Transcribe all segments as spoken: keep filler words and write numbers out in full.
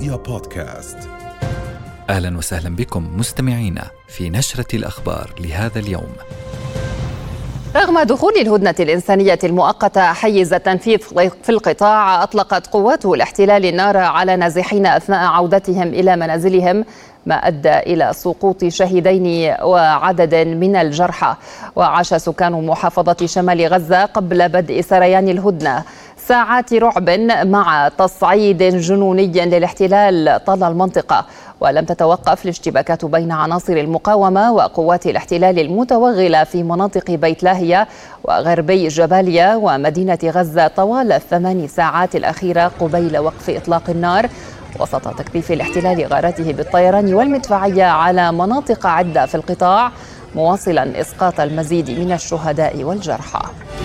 رؤيا بودكاست. أهلا وسهلا بكم مستمعينا في نشرة الأخبار لهذا اليوم. رغم دخول الهدنة الإنسانية المؤقتة حيز التنفيذ في القطاع، أطلقت قوات الاحتلال النار على نازحين أثناء عودتهم إلى منازلهم، ما أدى إلى سقوط شهيدين وعدد من الجرحى. وعاش سكان محافظة شمال غزة قبل بدء سريان الهدنة ساعات رعب مع تصعيد جنوني للاحتلال طال المنطقة، ولم تتوقف الاشتباكات بين عناصر المقاومة وقوات الاحتلال المتوغلة في مناطق بيت لاهيا وغربي جباليا ومدينة غزة طوال الثمان ساعات الأخيرة قبيل وقف إطلاق النار، وسط تكثيف الاحتلال غاراته بالطيران والمدفعية على مناطق عدة في القطاع، مواصلا إسقاط المزيد من الشهداء والجرحى.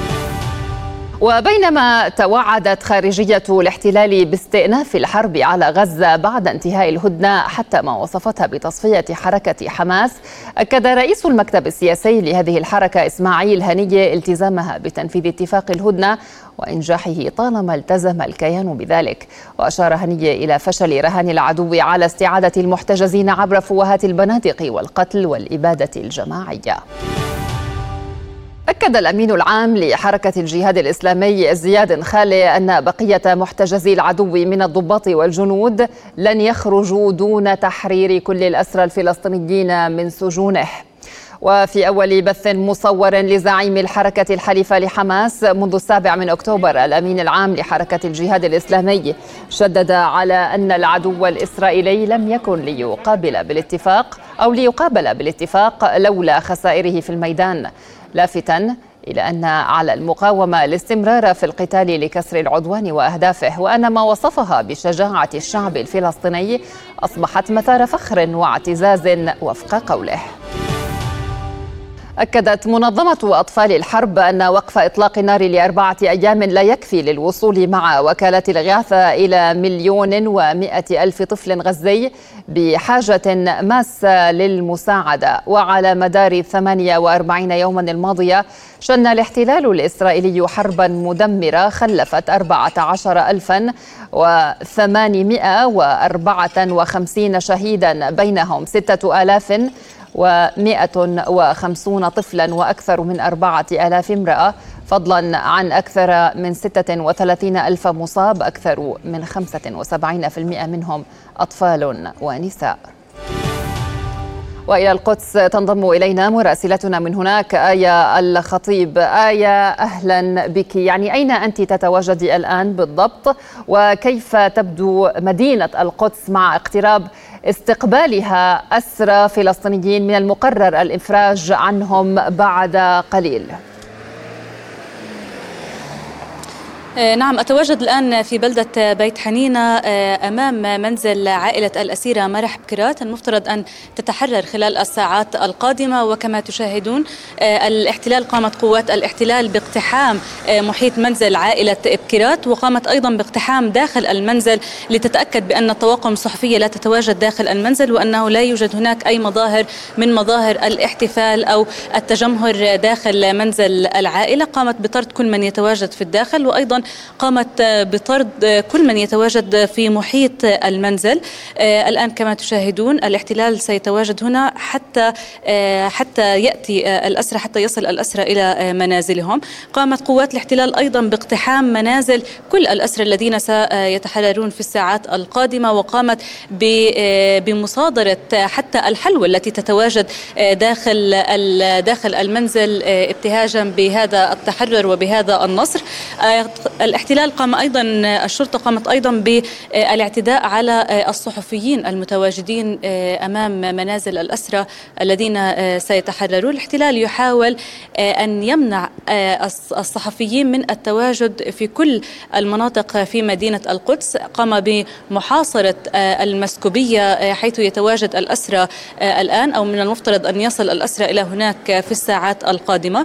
وبينما توعدت خارجية الاحتلال باستئناف الحرب على غزة بعد انتهاء الهدنة حتى ما وصفتها بتصفية حركة حماس، أكد رئيس المكتب السياسي لهذه الحركة إسماعيل هنية التزامها بتنفيذ اتفاق الهدنة وإنجاحه طالما التزم الكيان بذلك. وأشار هنية إلى فشل رهان العدو على استعادة المحتجزين عبر فوهات البنادق والقتل والإبادة الجماعية. أكد الأمين العام لحركة الجهاد الإسلامي زياد خالي أن بقية محتجزي العدو من الضباط والجنود لن يخرجوا دون تحرير كل الأسرى الفلسطينيين من سجونه. وفي أول بث مصور لزعيم الحركة الحليفة لحماس منذ السابع من أكتوبر، الأمين العام لحركة الجهاد الإسلامي شدد على أن العدو الإسرائيلي لم يكن ليقابل بالاتفاق أو ليقابل بالاتفاق لولا خسائره في الميدان، لافتا إلى أن على المقاومة الاستمرار في القتال لكسر العدوان وأهدافه، وأن ما وصفها بشجاعة الشعب الفلسطيني أصبحت مثار فخر واعتزاز وفق قوله. أكدت منظمة أطفال الحرب أن وقف إطلاق النار لأربعة أيام لا يكفي للوصول مع وكالة الإغاثة إلى مليون ومئة ألف طفل غزي بحاجة ماسة للمساعدة. وعلى مدار ثمانية وأربعين يوما الماضية شن الاحتلال الإسرائيلي حربا مدمرة خلفت أربعة عشر ألفا وثمانمائة وأربعة وخمسين شهيدا، بينهم ستة آلاف ومئة وخمسون طفلا وأكثر من أربعة آلاف امرأة، فضلا عن أكثر من ستة وثلاثين ألف مصاب، أكثر من خمسة وسبعين بالمئة منهم أطفال ونساء. وإلى القدس تنضم إلينا مراسلتنا من هناك آية الخطيب. آية، أهلا بك. يعني أين أنت تتواجدي الآن بالضبط، وكيف تبدو مدينة القدس مع اقتراب استقبالها أسرى فلسطينيين من المقرر الإفراج عنهم بعد قليل؟ نعم، أتواجد الآن في بلدة بيت حنينة أمام منزل عائلة الأسيرة مرح بكرات، المفترض أن تتحرر خلال الساعات القادمة. وكما تشاهدون الاحتلال قامت قوات الاحتلال باقتحام محيط منزل عائلة بكرات، وقامت أيضا باقتحام داخل المنزل لتتأكد بأن الطواقم الصحفية لا تتواجد داخل المنزل، وأنه لا يوجد هناك أي مظاهر من مظاهر الاحتفال أو التجمهر داخل منزل العائلة. قامت بطرد كل من يتواجد في الداخل، وأيضا قامت بطرد كل من يتواجد في محيط المنزل. الآن كما تشاهدون الاحتلال سيتواجد هنا حتى حتى يأتي الأسرى، حتى يصل الأسرى إلى منازلهم. قامت قوات الاحتلال أيضا باقتحام منازل كل الأسرى الذين سيتحررون في الساعات القادمة، وقامت بمصادرة حتى الحلوى التي تتواجد داخل داخل المنزل ابتهاجا بهذا التحرر وبهذا النصر. الاحتلال قام أيضا الشرطة قامت أيضا بالاعتداء على الصحفيين المتواجدين أمام منازل الأسرى الذين سيتحررون. الاحتلال يحاول أن يمنع الصحفيين من التواجد في كل المناطق في مدينة القدس. قام بمحاصرة المسكوبية حيث يتواجد الأسرى الآن، أو من المفترض أن يصل الأسرى إلى هناك في الساعات القادمة.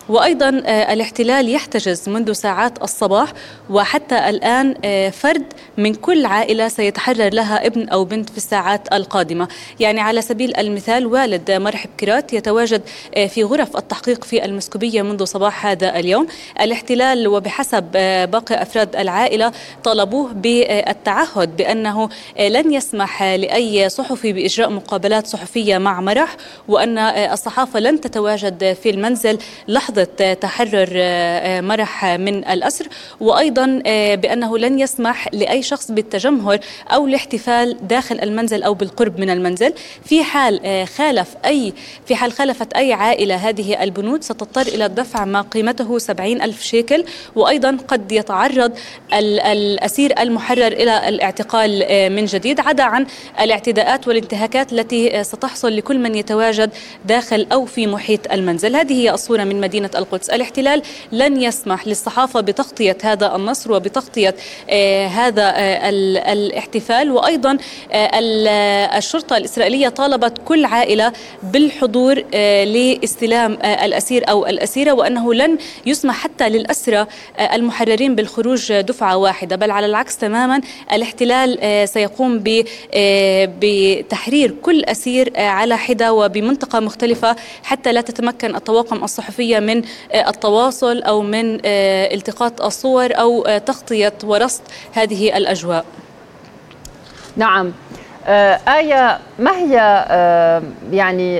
وأيضا الاحتلال يحتجز منذ ساعات الصباح، وحتى الآن فرد من كل عائلة سيتحرر لها ابن أو بنت في الساعات القادمة. يعني على سبيل المثال والد مرحب كرات يتواجد في غرف التحقيق في المسكوبية منذ صباح هذا اليوم. الاحتلال وبحسب باقي أفراد العائلة طالبوه بالتعهد بأنه لن يسمح لأي صحفي بإجراء مقابلات صحفية مع مرح، وأن الصحافة لن تتواجد في المنزل لحظة تحرر مرح من الأسر، وأيضا بأنه لن يسمح لأي شخص بالتجمهر أو الاحتفال داخل المنزل أو بالقرب من المنزل. في حال خالف أي في حال خالفت أي عائلة هذه البنود ستضطر إلى دفع ما قيمته سبعين ألف شيكل، وأيضا قد يتعرض الأسير المحرر إلى الاعتقال من جديد، عدا عن الاعتداءات والانتهاكات التي ستحصل لكل من يتواجد داخل أو في محيط المنزل. هذه هي الصورة من مدينة القدس. الاحتلال لن يسمح للصحافة بتغطية هذا النصر وبتغطية آه هذا آه الاحتفال. وأيضا آه الشرطة الإسرائيلية طالبت كل عائلة بالحضور آه لاستلام آه الأسير أو الأسيرة، وأنه لن يسمح حتى للأسرى آه المحررين بالخروج دفعة واحدة، بل على العكس تماما الاحتلال آه سيقوم آه بتحرير كل أسير آه على حدة وبمنطقة مختلفة، حتى لا تتمكن الطواقم الصحفية من التواصل أو من التقاط الصور أو تغطية ورصد هذه الأجواء. نعم. آية، ما هي يعني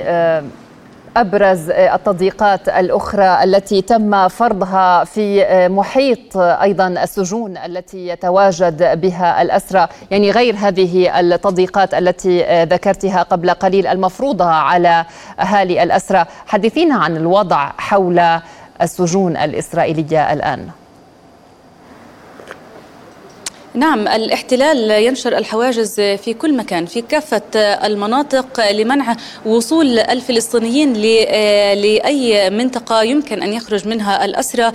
أبرز التضييقات الأخرى التي تم فرضها في محيط أيضا السجون التي يتواجد بها الأسرى، يعني غير هذه التضييقات التي ذكرتها قبل قليل المفروضة على أهالي الأسرى؟ حدثينا عن الوضع حول السجون الإسرائيلية الآن. نعم، الاحتلال ينشر الحواجز في كل مكان في كافة المناطق لمنع وصول الفلسطينيين لأي منطقة يمكن أن يخرج منها الأسرى،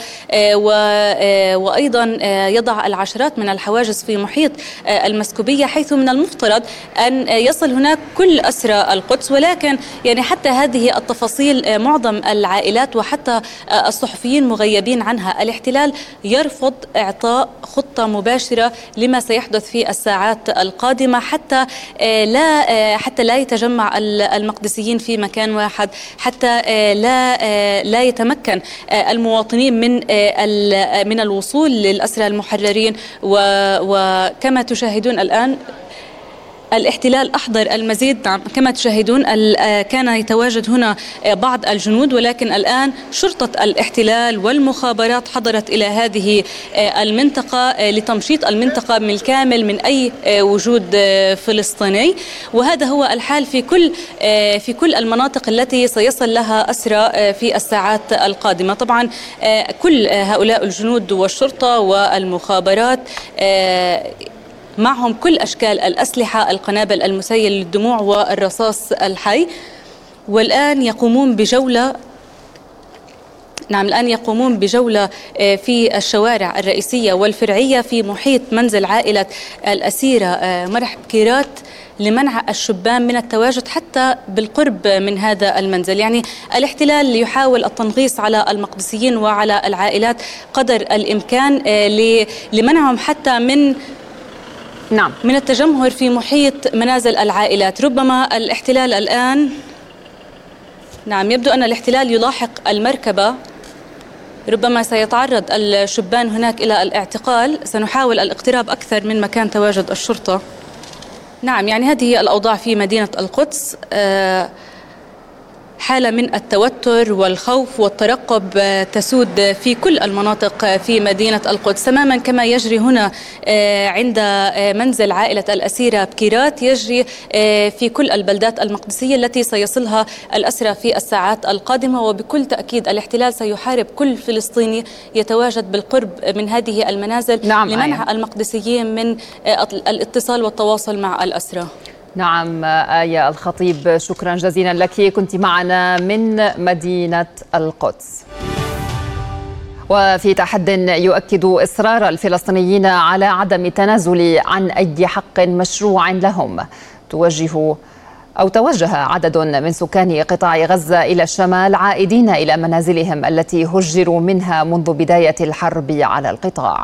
وأيضا يضع العشرات من الحواجز في محيط المسكوبية، حيث من المفترض أن يصل هناك كل أسرى القدس. ولكن يعني حتى هذه التفاصيل معظم العائلات وحتى الصحفيين مغيبين عنها. الاحتلال يرفض إعطاء خطة مباشرة لما سيحدث في الساعات القادمة، حتى لا حتى لا يتجمع المقدسيين في مكان واحد، حتى لا لا يتمكن المواطنين من من الوصول للأسرى المحررين. وكما تشاهدون الآن الاحتلال أحضر المزيد. كما تشاهدون كان يتواجد هنا بعض الجنود، ولكن الآن شرطة الاحتلال والمخابرات حضرت إلى هذه المنطقة لتمشيط المنطقة بالكامل من أي وجود فلسطيني. وهذا هو الحال في كل في كل المناطق التي سيصل لها أسرى في الساعات القادمة. طبعا كل هؤلاء الجنود والشرطة والمخابرات معهم كل أشكال الأسلحة، القنابل المسيل للدموع والرصاص الحي. والآن يقومون بجولة نعم الآن يقومون بجولة في الشوارع الرئيسية والفرعية في محيط منزل عائلة الأسيرة مرحب كيرات لمنع الشبان من التواجد حتى بالقرب من هذا المنزل. يعني الاحتلال يحاول التنغيص على المقدسيين وعلى العائلات قدر الإمكان لمنعهم حتى من نعم من التجمهر في محيط منازل العائلات. ربما الاحتلال الآن نعم يبدو أن الاحتلال يلاحق المركبة، ربما سيتعرض الشبان هناك إلى الاعتقال. سنحاول الاقتراب أكثر من مكان تواجد الشرطة. نعم يعني هذه هي الأوضاع في مدينة القدس، أه حالة من التوتر والخوف والترقب تسود في كل المناطق في مدينة القدس، تماما كما يجري هنا عند منزل عائلة الأسيرة بكيرات، يجري في كل البلدات المقدسية التي سيصلها الأسرى في الساعات القادمة. وبكل تأكيد الاحتلال سيحارب كل فلسطيني يتواجد بالقرب من هذه المنازل نعم لمنع آية. المقدسيين من الاتصال والتواصل مع الأسرى. نعم آية الخطيب، شكرا جزيلا لك، كنت معنا من مدينة القدس. وفي تحد يؤكد إصرار الفلسطينيين على عدم التنازل عن أي حق مشروع لهم، توجه أو توجه عدد من سكان قطاع غزة إلى الشمال عائدين إلى منازلهم التي هجروا منها منذ بداية الحرب على القطاع.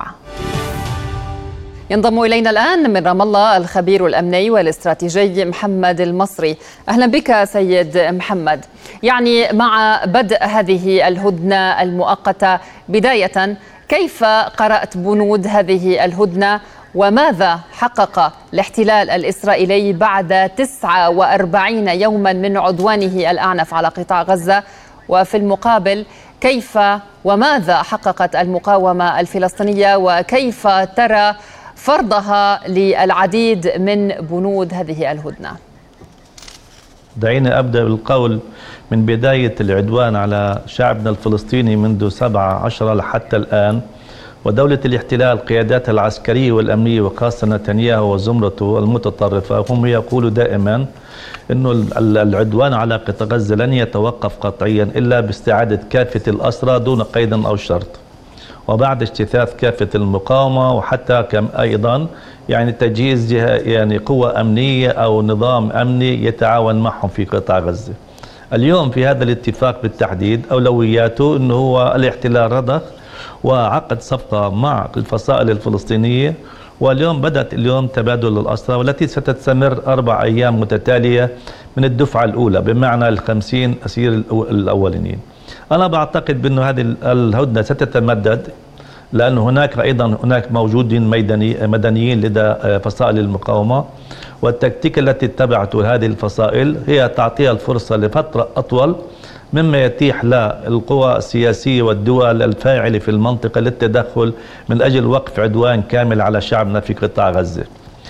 ينضم إلينا الآن من رام الله الخبير الأمني والاستراتيجي محمد المصري. أهلا بك سيد محمد. يعني مع بدء هذه الهدنة المؤقتة بداية، كيف قرأت بنود هذه الهدنة وماذا حقق الاحتلال الإسرائيلي بعد تسعة وأربعين يوما من عدوانه الأعنف على قطاع غزة؟ وفي المقابل كيف وماذا حققت المقاومة الفلسطينية وكيف ترى فرضها للعديد من بنود هذه الهدنة؟ دعيني أبدأ بالقول من بداية العدوان على شعبنا الفلسطيني منذ سبعة عشر لحتى الآن، ودولة الاحتلال قياداتها العسكرية والأمنية وخاصة نتنياهو وزمرته المتطرفة هم يقولوا دائما أنه العدوان على قطاع غزة لن يتوقف قطعيا إلا باستعادة كافة الأسرى دون قيد أو شرط، وبعد اجتثاث كافة المقاومة، وحتى كم أيضا يعني تجهيز يعني قوة أمنية أو نظام أمني يتعاون معهم في قطاع غزة. اليوم في هذا الاتفاق بالتحديد أولوياته أنه هو الاحتلال رضخ وعقد صفقة مع الفصائل الفلسطينية، واليوم بدأت اليوم تبادل الأسرى والتي ستستمر أربع أيام متتالية من الدفعة الأولى، بمعنى الخمسين أسير الأولين. أنا بعتقد بأن هذه الهدنة ستتمدد، لأن هناك أيضا هناك موجودين ميداني مدنيين لدى فصائل المقاومة، والتكتيك التي اتبعته هذه الفصائل هي تعطيها الفرصة لفترة أطول مما يتيح للقوى السياسية والدول الفاعلة في المنطقة للتدخل من أجل وقف عدوان كامل على شعبنا في قطاع غزة.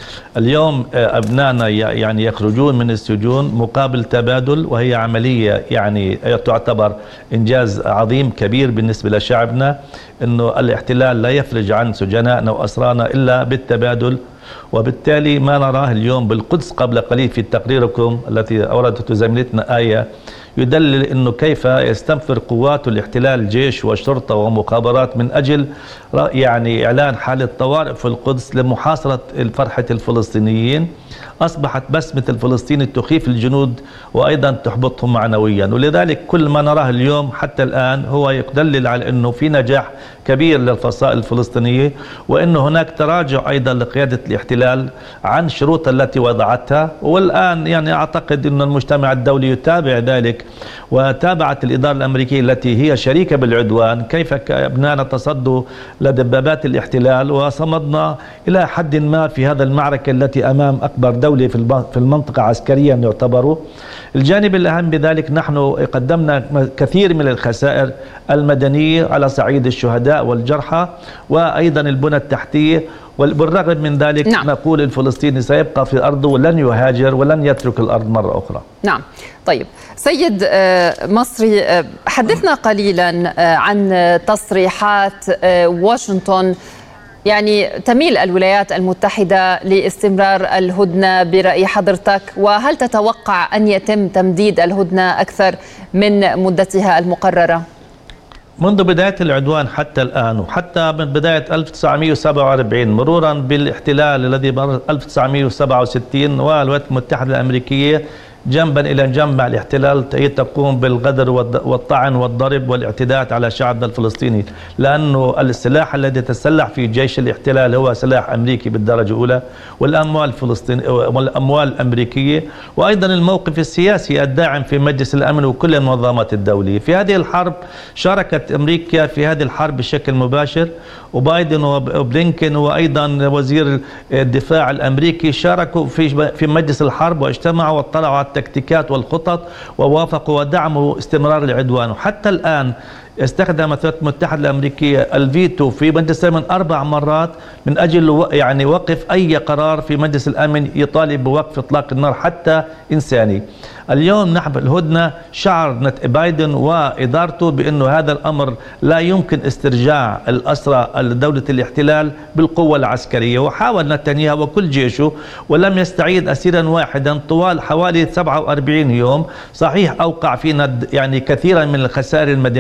اليوم أبنائنا يعني يخرجون من السجون مقابل تبادل، وهي عملية يعني تعتبر إنجاز عظيم كبير بالنسبة لشعبنا، أنه الاحتلال لا يفرج عن سجنائنا وأسرانا إلا بالتبادل. وبالتالي ما نراه اليوم بالقدس قبل قليل في تقريركم التي أوردته زميلتنا آية يدلل أنه كيف يستنفر قوات الاحتلال جيش وشرطة ومخابرات من أجل يعني إعلان حالة طوارئ في القدس لمحاصرة فرحة الفلسطينيين. أصبحت بسمة الفلسطيني تخيف الجنود وأيضا تحبطهم معنويا، ولذلك كل ما نراه اليوم حتى الآن هو يدلل على أنه في نجاح كبير للفصائل الفلسطينية، وأنه هناك تراجع أيضا لقيادة الاحتلال عن شروط التي وضعتها. والآن يعني أعتقد أن المجتمع الدولي يتابع ذلك، وتابعت الإدارة الأمريكية التي هي شريكة بالعدوان كيف أبنائنا تصدوا لدبابات الاحتلال، وصمدنا إلى حد ما في هذا المعركة التي أمام أكبر دولة في المنطقة عسكريا يعتبروا. الجانب الأهم بذلك نحن قدمنا كثير من الخسائر المدنية على صعيد الشهداء والجرحى وأيضا البنى التحتية، وبالرغم من ذلك نعم. نقول الفلسطيني سيبقى في أرضه ولن يهاجر ولن يترك الأرض مرة أخرى. نعم. طيب سيد مصري، حدثنا قليلا عن تصريحات واشنطن. يعني تميل الولايات المتحدة لاستمرار الهدنة برأي حضرتك، وهل تتوقع أن يتم تمديد الهدنة أكثر من مدتها المقررة؟ منذ بداية العدوان حتى الآن، وحتى من بداية ألف وتسعمئة وسبعة وأربعين مرورا بالاحتلال الذي مر ألف وتسعمئة وسبعة وستين، والولايات المتحدة الأمريكية جنبا إلى جنب مع الاحتلال تقوم بالغدر والطعن والضرب والاعتداءات على شعبنا الفلسطيني، لأنه السلاح الذي تسلح فيه جيش الاحتلال هو سلاح أمريكي بالدرجة الأولى، والأموال الفلسطينية والأموال الأمريكية، وأيضا الموقف السياسي الداعم في مجلس الأمن وكل المنظمات الدولية. في هذه الحرب شاركت أمريكا في هذه الحرب بشكل مباشر، وبايدن وبلينكن وأيضا وزير الدفاع الأمريكي شاركوا في في مجلس الحرب واجتمعوا واطلعوا على التكتيكات والخطط ووافقوا ودعموا استمرار العدوان. وحتى الآن استخدمت الولايات المتحدة الأمريكية الفيتو في مجلس الأمن أربع مرات من أجل يعني وقف أي قرار في مجلس الأمن يطالب بوقف إطلاق النار حتى إنساني. اليوم نحن الهدنة شعر بايدن وإدارته بأنه هذا الأمر لا يمكن استرجاع الأسرى لدولة الاحتلال بالقوة العسكرية، وحاول نتنياهو وكل جيشه ولم يستعيد أسيرا واحدا طوال حوالي سبعة وأربعين يوم. صحيح أوقع فينا يعني كثيرا من الخسائر المدنية،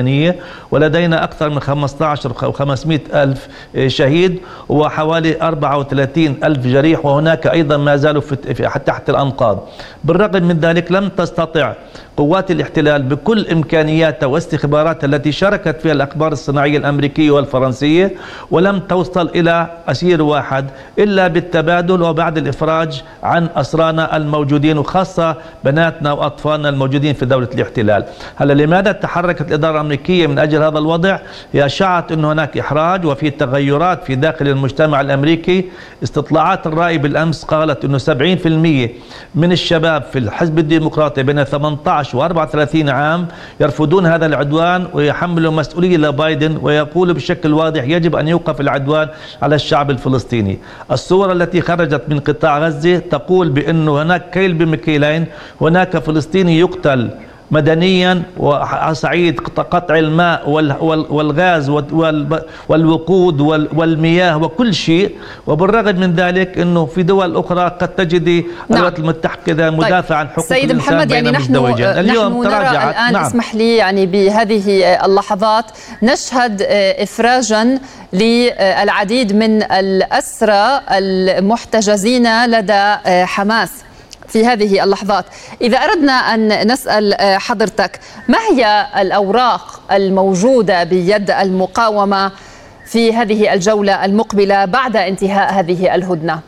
ولدينا أكثر من خمسة عشر أو خمسمئة ألف شهيد وحوالي أربعة وثلاثين ألف جريح، وهناك أيضا ما زالوا في تحت الأنقاض. بالرغم من ذلك لم تستطع قوات الاحتلال بكل إمكانياتها واستخباراتها التي شاركت فيها الأخبار الصناعية الأمريكية والفرنسية، ولم توصل إلى أسير واحد إلا بالتبادل وبعد الإفراج عن أسرانا الموجودين، وخاصة بناتنا وأطفالنا الموجودين في دولة الاحتلال. هلا لماذا تحركت الإدارة الأمريكية من أجل هذا الوضع؟ هي شعرت أن هناك إحراج وفي تغيرات في داخل المجتمع الأمريكي. استطلاعات الرأي بالأمس قالت أنه سبعين بالمئة من الشباب في الحزب الديمقراطي بين ثمانية عشر وأربعة وثلاثين عام يرفضون هذا العدوان ويحملوا مسؤولية لبايدن، ويقولوا بشكل واضح يجب أن يوقف العدوان على الشعب الفلسطيني. الصور التي خرجت من قطاع غزة تقول بأنه هناك كيل بمكيلين، هناك فلسطيني يقتل مدنيا وعلى صعيد قطع الماء والغاز والوقود والمياه وكل شيء، وبالرغم من ذلك انه في دول اخرى قد تجدي الولايات المتحده مدافع عن حقوق سيد الانسان محمد، يعني بين نحن مزدوجين. اليوم نحن نرى الان نعم. اسمح لي يعني بهذه اللحظات نشهد افراجا للعديد من الاسرى المحتجزين لدى حماس في هذه اللحظات. إذا أردنا أن نسأل حضرتك ما هي الأوراق الموجودة بيد المقاومة في هذه الجولة المقبلة بعد انتهاء هذه الهدنة؟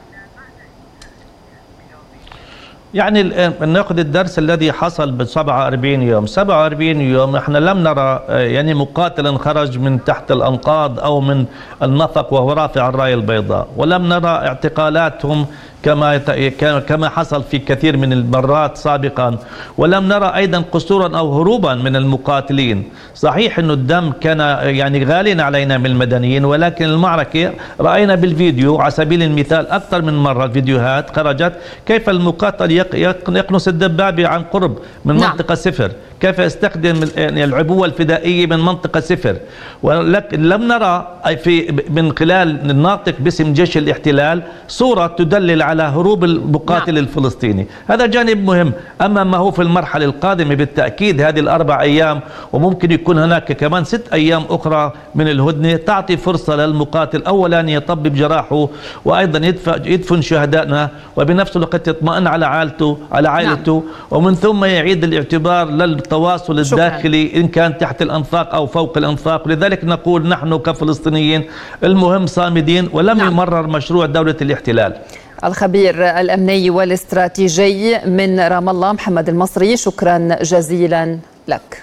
يعني ناخذ الدرس الذي حصل ب سبعة وأربعين يوم، سبعة وأربعين يوم احنا لم نرى يعني مقاتلا خرج من تحت الأنقاض أو من النفق وهو رافع الراية البيضاء، ولم نرى اعتقالاتهم كما كما حصل في كثير من المرات سابقا، ولم نرى ايضا قصورا او هروبا من المقاتلين. صحيح انه الدم كان يعني غاليا علينا من المدنيين، ولكن المعركه راينا بالفيديو على سبيل المثال اكثر من مره الفيديوهات خرجت كيف المقاتل يقنص الدبابه عن قرب من نعم. منطقه صفر، كيف يستخدم العبوه الفدائيه من منطقه صفر، ولكن لم نرى في من خلال الناطق باسم جيش الاحتلال صوره تدلل على هروب المقاتل نعم. الفلسطيني. هذا جانب مهم. أما ما هو في المرحلة القادمة بالتأكيد هذه الأربع أيام وممكن يكون هناك كمان ست أيام أخرى من الهدنة تعطي فرصة للمقاتل أولا يطبب جراحه وأيضا يدفن شهدائنا وبنفس الوقت يطمئن على عائلته على عائلته نعم. ومن ثم يعيد الاعتبار للتواصل الداخلي شكرا. إن كان تحت الأنفاق أو فوق الأنفاق. لذلك نقول نحن كفلسطينيين المهم صامدين ولم نعم. يمرر مشروع دولة الاحتلال. الخبير الأمني والاستراتيجي من رام الله محمد المصري، شكرا جزيلا لك.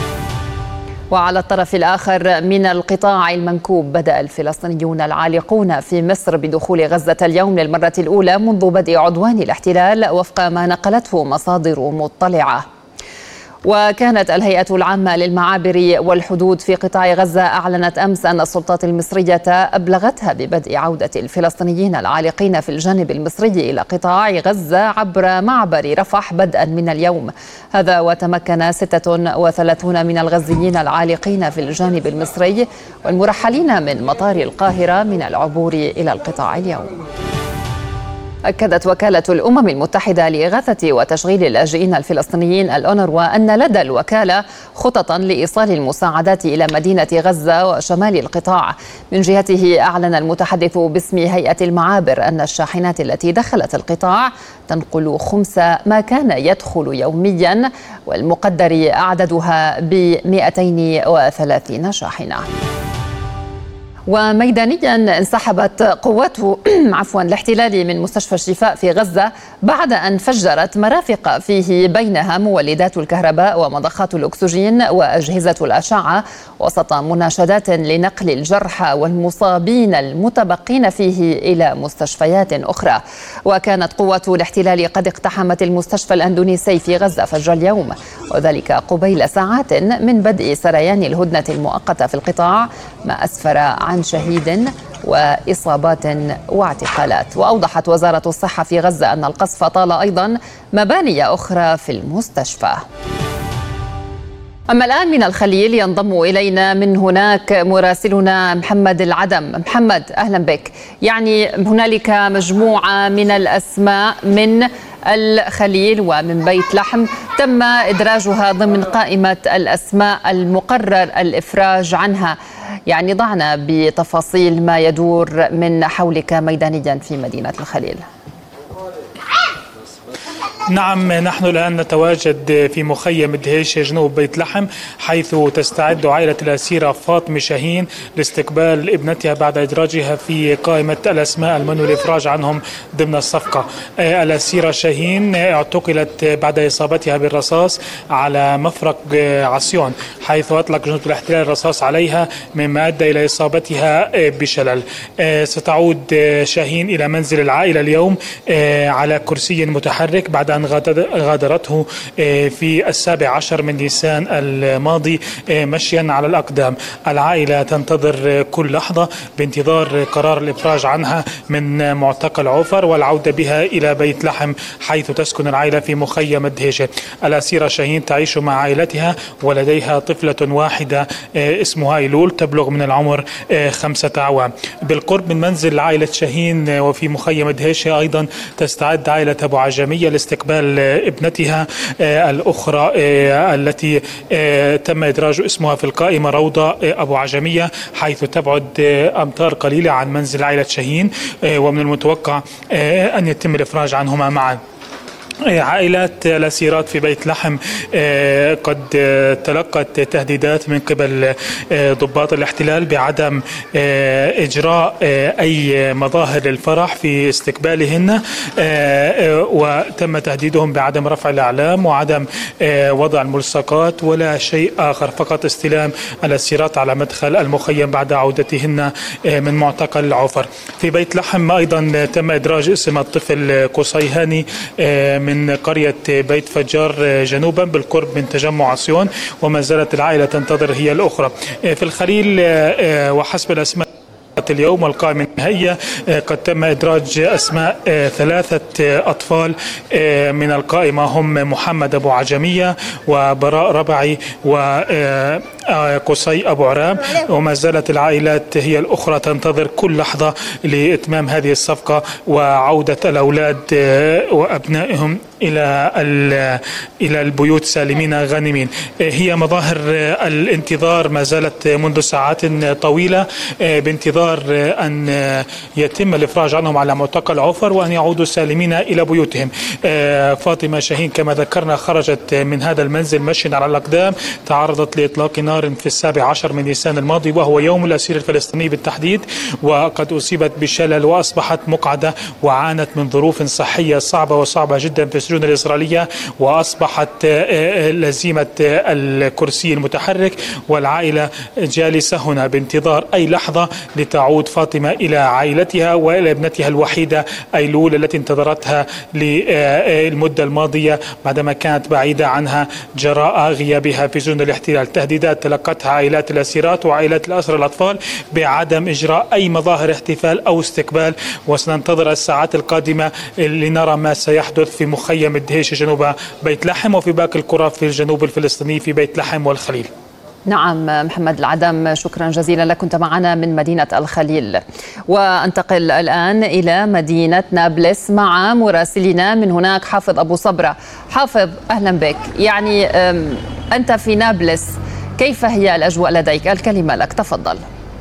وعلى الطرف الآخر من القطاع المنكوب بدأ الفلسطينيون العالقون في مصر بدخول غزة اليوم للمرة الأولى منذ بدء عدوان الاحتلال وفق ما نقلته مصادر مطلعة. وكانت الهيئة العامة للمعابر والحدود في قطاع غزة أعلنت أمس أن السلطات المصرية أبلغتها ببدء عودة الفلسطينيين العالقين في الجانب المصري إلى قطاع غزة عبر معبر رفح بدءا من اليوم. هذا وتمكن ستة وثلاثين من الغزيين العالقين في الجانب المصري والمرحلين من مطار القاهرة من العبور إلى القطاع اليوم. أكدت وكالة الأمم المتحدة لإغاثة وتشغيل اللاجئين الفلسطينيين الأونروا أن لدى الوكالة خططا لإيصال المساعدات إلى مدينة غزة وشمال القطاع. من جهته أعلن المتحدث باسم هيئة المعابر أن الشاحنات التي دخلت القطاع تنقل خمس ما كان يدخل يوميا والمقدر عددها ب مئتين وثلاثين شاحنة. وميدانيا انسحبت قوات عفوا الاحتلال من مستشفى الشفاء في غزة بعد أن فجرت مرافق فيه بينها مولدات الكهرباء ومضخات الأكسجين وأجهزة الأشعة وسط مناشدات لنقل الجرحى والمصابين المتبقين فيه إلى مستشفيات أخرى. وكانت قوات الاحتلال قد اقتحمت المستشفى الأندونيسي في غزة فجر اليوم، وذلك قبيل ساعات من بدء سريان الهدنة المؤقتة في القطاع، ما أسفر عن عن شهيد وإصابات واعتقالات. وأوضحت وزارة الصحة في غزة أن القصف طال أيضا مباني أخرى في المستشفى. أما الآن من الخليل ينضم إلينا من هناك مراسلنا محمد العدم. محمد أهلا بك. يعني هنالك مجموعة من الأسماء من الخليل ومن بيت لحم تم إدراجها ضمن قائمة الأسماء المقرر الإفراج عنها. يعني ضعنا بتفاصيل ما يدور من حولك ميدانيا في مدينة الخليل. نعم، نحن الآن نتواجد في مخيم دهيش جنوب بيت لحم، حيث تستعد عائلة الأسيرة فاطمة شاهين لاستقبال ابنتها بعد إدراجها في قائمة الأسماء المنوي الإفراج عنهم ضمن الصفقة. الأسيرة شاهين اعتقلت بعد إصابتها بالرصاص على مفرق عسيون، حيث أطلق جنود الاحتلال الرصاص عليها مما أدى إلى إصابتها بشلل. ستعود شاهين إلى منزل العائلة اليوم على كرسي متحرك بعد أن غادرته في السابع عشر من نيسان الماضي مشيا على الأقدام. العائلة تنتظر كل لحظة بانتظار قرار الإفراج عنها من معتقل عوفر والعودة بها إلى بيت لحم، حيث تسكن العائلة في مخيم دهيشة. الأسيرة شاهين تعيش مع عائلتها ولديها طفلة واحدة اسمها إيلول تبلغ من العمر خمسة أعوام. بالقرب من منزل عائلة شاهين وفي مخيم دهيشة أيضا تستعد عائلة أبو عجمية لاستقبال ابنتها الأخرى التي تم إدراج اسمها في القائمة، روضة أبو عجمية، حيث تبعد أمتار قليلة عن منزل عائلة شاهين، ومن المتوقع أن يتم الإفراج عنهما معا. عائلات الأسيرات في بيت لحم قد تلقت تهديدات من قبل ضباط الاحتلال بعدم إجراء أي مظاهر للفرح في استقبالهن، وتم تهديدهم بعدم رفع الأعلام وعدم وضع الملصقات ولا شيء آخر، فقط استلام الأسيرات على مدخل المخيم بعد عودتهن من معتقل عوفر. في بيت لحم أيضا تم إدراج اسم الطفل قصي هاني من قرية بيت فجار جنوبا بالقرب من تجمع عسيون، وما زالت العائلة تنتظر هي الأخرى. في الخليل وحسب الأسماء اليوم والقائمة النهائية قد تم إدراج أسماء ثلاثة أطفال من القائمة هم محمد أبو عجمية وبراء ربعي وقصي أبو عرام، وما زالت العائلات هي الأخرى تنتظر كل لحظة لإتمام هذه الصفقة وعودة الأولاد وأبنائهم إلى إلى البيوت سالمين غانمين. هي مظاهر الانتظار ما زالت منذ ساعات طويلة بانتظار أن يتم الإفراج عنهم على معتقل عوفر وأن يعودوا سالمين إلى بيوتهم. فاطمة شاهين كما ذكرنا خرجت من هذا المنزل مشيا على الأقدام، تعرضت لإطلاق نار في السابع عشر من نيسان الماضي وهو يوم الأسير الفلسطيني بالتحديد، وقد أصيبت بشلل وأصبحت مقعدة وعانت من ظروف صحية صعبة وصعبة جدا في السجون الإسرائيلية، وأصبحت لزيمة الكرسي المتحرك، والعائلة جالسة هنا بانتظار أي لحظة لتعود فاطمة إلى عائلتها وإلى ابنتها الوحيدة أيلول التي انتظرتها للمدة الماضية بعدما كانت بعيدة عنها جراء غيابها في سجون الاحتلال. تهديدات تلقتها عائلات الأسيرات وعائلات الأسرى الأطفال بعدم إجراء أي مظاهر احتفال أو استقبال، وسننتظر الساعات القادمة لنرى ما سيحدث في مخيم الدهيش جنوب بيت لحم وفي باقي القرى في الجنوب الفلسطيني في بيت لحم والخليل. نعم محمد العدم، شكرا جزيلا لك، كنت معنا من مدينة الخليل. وانتقل الآن إلى مدينة نابلس مع مراسلنا من هناك حافظ أبو صبرة. حافظ أهلا بك. يعني أنت في نابلس، كيف هي الأجواء لديك؟ الكلمة لك، تفضل.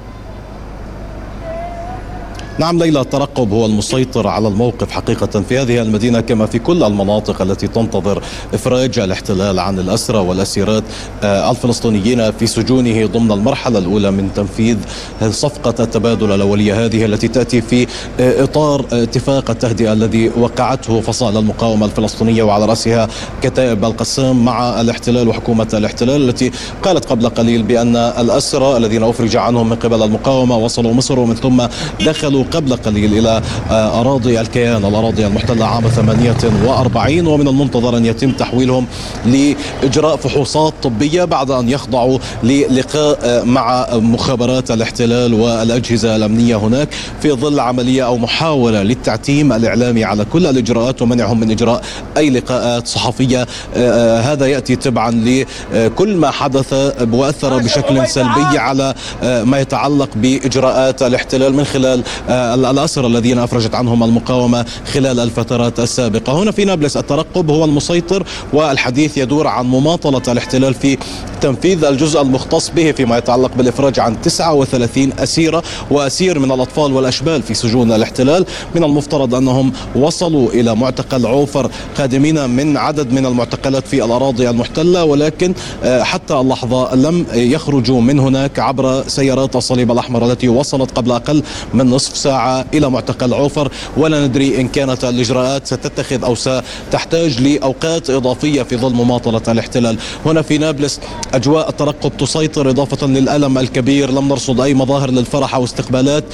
نعم ليلى، الترقب هو المسيطر على الموقف حقيقة في هذه المدينة كما في كل المناطق التي تنتظر إفراج الاحتلال عن الأسرى والأسيرات الفلسطينيين في سجونه ضمن المرحلة الأولى من تنفيذ صفقة التبادل الأولية هذه التي تأتي في إطار اتفاق التهدئة الذي وقعته فصائل المقاومة الفلسطينية وعلى رأسها كتائب القسام مع الاحتلال وحكومة الاحتلال، التي قالت قبل قليل بأن الأسرى الذين أفرج عنهم من قبل المقاومة وصلوا مصر ومن ثم دخلوا وصلوا قبل قليل إلى أراضي الكيان الأراضي المحتلة عام ثمانية وأربعين، ومن المنتظر أن يتم تحويلهم لإجراء فحوصات طبية بعد أن يخضعوا للقاء مع مخابرات الاحتلال والأجهزة الأمنية هناك في ظل عملية أو محاولة للتعتيم الإعلامي على كل الإجراءات ومنعهم من إجراء أي لقاءات صحفية. هذا يأتي تبعا لكل ما حدث وأثر بشكل سلبي على ما يتعلق بإجراءات الاحتلال من خلال الأسرى الذين أفرجت عنهم المقاومة خلال الفترات السابقة. هنا في نابلس الترقب هو المسيطر، والحديث يدور عن مماطلة الاحتلال في تنفيذ الجزء المختص به فيما يتعلق بالإفراج عن تسعة وثلاثين أسيرة وأسير من الأطفال والأشبال في سجون الاحتلال. من المفترض أنهم وصلوا إلى معتقل عوفر قادمين من عدد من المعتقلات في الأراضي المحتلة، ولكن حتى اللحظة لم يخرجوا من هناك عبر سيارات الصليب الأحمر التي وصلت قبل أقل من نصف ساعة إلى معتقل عوفر، ولا ندري إن كانت الإجراءات ستتخذ أو ستحتاج لأوقات إضافية في ظل مماطلة الاحتلال. هنا في نابلس أجواء الترقب تسيطر إضافة للألم الكبير. لم نرصد أي مظاهر للفرح أو استقبالات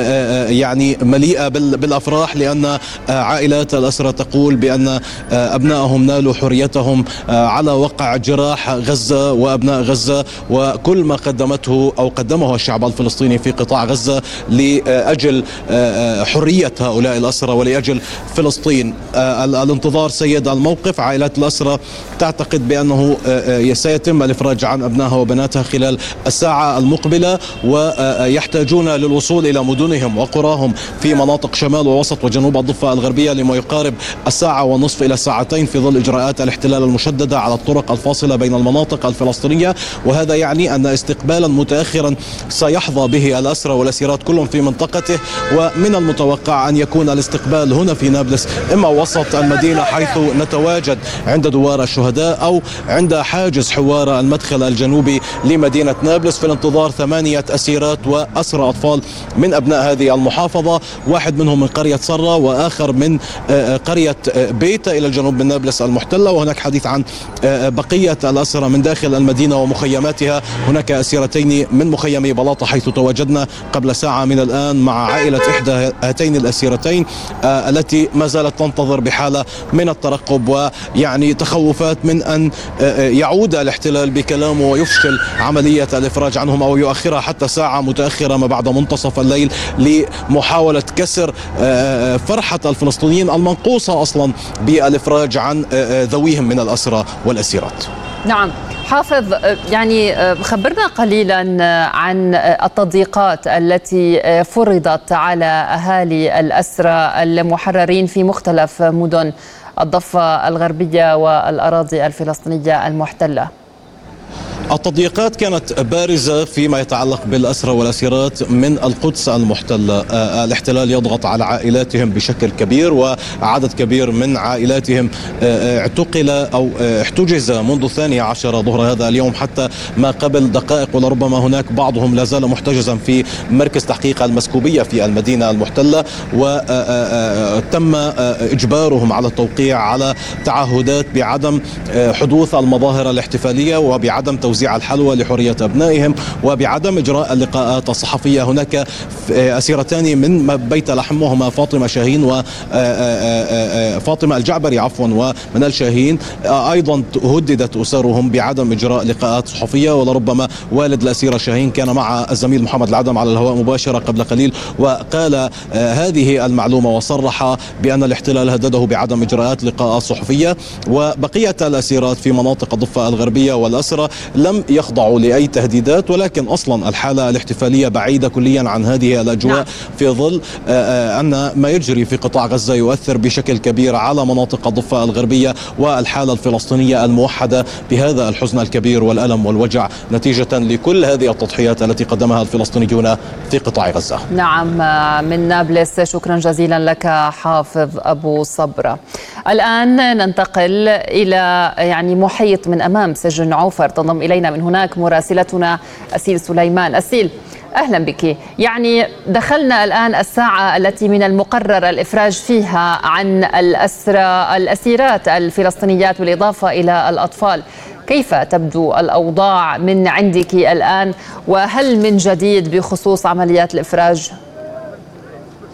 يعني مليئة بالأفراح، لأن عائلات الأسرى تقول بأن أبنائهم نالوا حريتهم على وقع جراح غزة وأبناء غزة وكل ما قدمته أو قدمه الشعب الفلسطيني في قطاع غزة لأجل حرية هؤلاء الأسرى ولأجل فلسطين. الانتظار سيد الموقف. عائلات الأسرى تعتقد بأنه سيتم الإفراج عن أبنائها وبناتها خلال الساعة المقبلة، ويحتاجون للوصول إلى مدنهم وقراهم في مناطق شمال ووسط وجنوب الضفة الغربية لما يقارب الساعة ونصف إلى ساعتين في ظل إجراءات الاحتلال المشددة على الطرق الفاصلة بين المناطق الفلسطينية. وهذا يعني أن استقبالا متأخرا سيحظى به الأسرى والأسيرات كلهم في منطقته، ومن المتوقع أن يكون الاستقبال هنا في نابلس إما وسط المدينة حيث نتواجد عند دوار الشهداء أو عند حاجز حوار المدخل الجنوبي لمدينة نابلس في الانتظار ثمانية أسيرات وأسرى أطفال من أبناء هذه المحافظة، واحد منهم من قرية سرة وآخر من قرية بيتا إلى الجنوب من نابلس المحتلة. وهناك حديث عن بقية الأسرى من داخل المدينة ومخيماتها. هناك أسيرتين من مخيم بلاطة حيث تواجدنا قبل ساعة من الآن مع عائلة إحدى هاتين الأسيرتين التي ما زالت تنتظر بحالة من الترقب ويعني تخوفات من أن يعود الاحتلال بكلامه ويفشل عملية الإفراج عنهم أو يؤخرها حتى ساعة متأخرة ما بعد منتصف الليل لمحاولة كسر فرحة الفلسطينيين المنقوصة أصلا بالإفراج عن ذويهم من الأسرى والأسيرات. نعم حافظ، يعني خبرنا قليلا عن التضييقات التي فرضت على أهالي الأسرى المحررين في مختلف مدن الضفة الغربية والأراضي الفلسطينية المحتلة. التضييقات كانت بارزة فيما يتعلق بالأسرى والأسيرات من القدس المحتلة. الاحتلال يضغط على عائلاتهم بشكل كبير، وعدد كبير من عائلاتهم اعتقل أو احتجز منذ الثانية عشر ظهر هذا اليوم حتى ما قبل دقائق، ولربما هناك بعضهم لا زال محتجزا في مركز تحقيق المسكوبية في المدينة المحتلة، وتم إجبارهم على التوقيع على تعهدات بعدم حدوث المظاهر الاحتفالية وبعدم توزيع الحلوى لحرية أبنائهم وبعدم إجراء اللقاءات الصحفية. هناك أسيرتان من بيت لحم وهما فاطمة شاهين وفاطمة الجعبري عفوا ومنال شاهين أيضا هددت أسرهم بعدم إجراء لقاءات صحفية، ولربما والد الأسيرة شاهين كان مع الزميل محمد العدم على الهواء مباشرة قبل قليل وقال هذه المعلومة وصرح بأن الاحتلال هدده بعدم إجراءات لقاءات صحفية. وبقية الأسيرات في مناطق الضفة الغربية والأسرى لم يخضعوا لأي تهديدات، ولكن أصلا الحالة الاحتفالية بعيدة كليا عن هذه الأجواء. نعم. في ظل أن ما يجري في قطاع غزة يؤثر بشكل كبير على مناطق الضفة الغربية والحالة الفلسطينية الموحدة بهذا الحزن الكبير والألم والوجع نتيجة لكل هذه التضحيات التي قدمها الفلسطينيون في قطاع غزة. نعم، من نابلس شكرا جزيلا لك حافظ أبو صبرة. الآن ننتقل إلى يعني محيط من أمام سجن عوفر. تنضم إلينا من هناك مراسلتنا أسيل سليمان. أسيل، أهلا بك. يعني دخلنا الآن الساعة التي من المقرر الإفراج فيها عن الأسرى الأسيرات الفلسطينيات بالإضافة إلى الأطفال. كيف تبدو الأوضاع من عندك الآن، وهل من جديد بخصوص عمليات الإفراج؟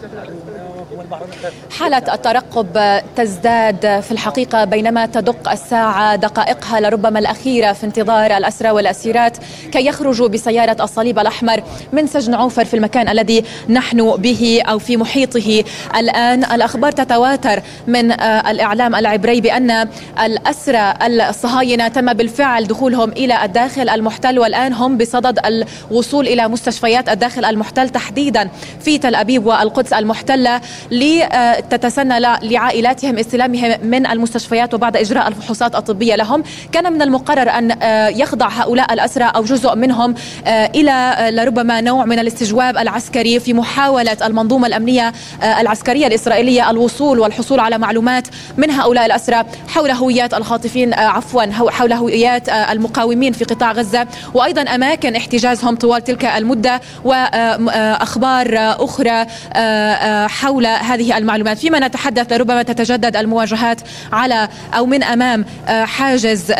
حالة الترقب تزداد في الحقيقة بينما تدق الساعة دقائقها لربما الأخيرة في انتظار الأسرى والأسيرات كي يخرجوا بسيارة الصليب الأحمر من سجن عوفر في المكان الذي نحن به أو في محيطه الآن. الأخبار تتواتر من الإعلام العبري بأن الأسرى الصهاينة تم بالفعل دخولهم إلى الداخل المحتل، والآن هم بصدد الوصول إلى مستشفيات الداخل المحتل تحديدا في تل أبيب والقدس المحتلة لتتسنى لعائلاتهم استلامهم من المستشفيات وبعد إجراء الفحوصات الطبية لهم. كان من المقرر أن يخضع هؤلاء الأسرى أو جزء منهم إلى لربما نوع من الاستجواب العسكري في محاولة المنظومة الأمنية العسكرية الإسرائيلية الوصول والحصول على معلومات من هؤلاء الأسرى حول هويات الخاطفين، عفوا حول هويات المقاومين في قطاع غزة وأيضا أماكن احتجازهم طوال تلك المدة وأخبار أخرى حول هذه المعلومات. فيما نتحدث لربما تتجدد المواجهات على أو من أمام حاجز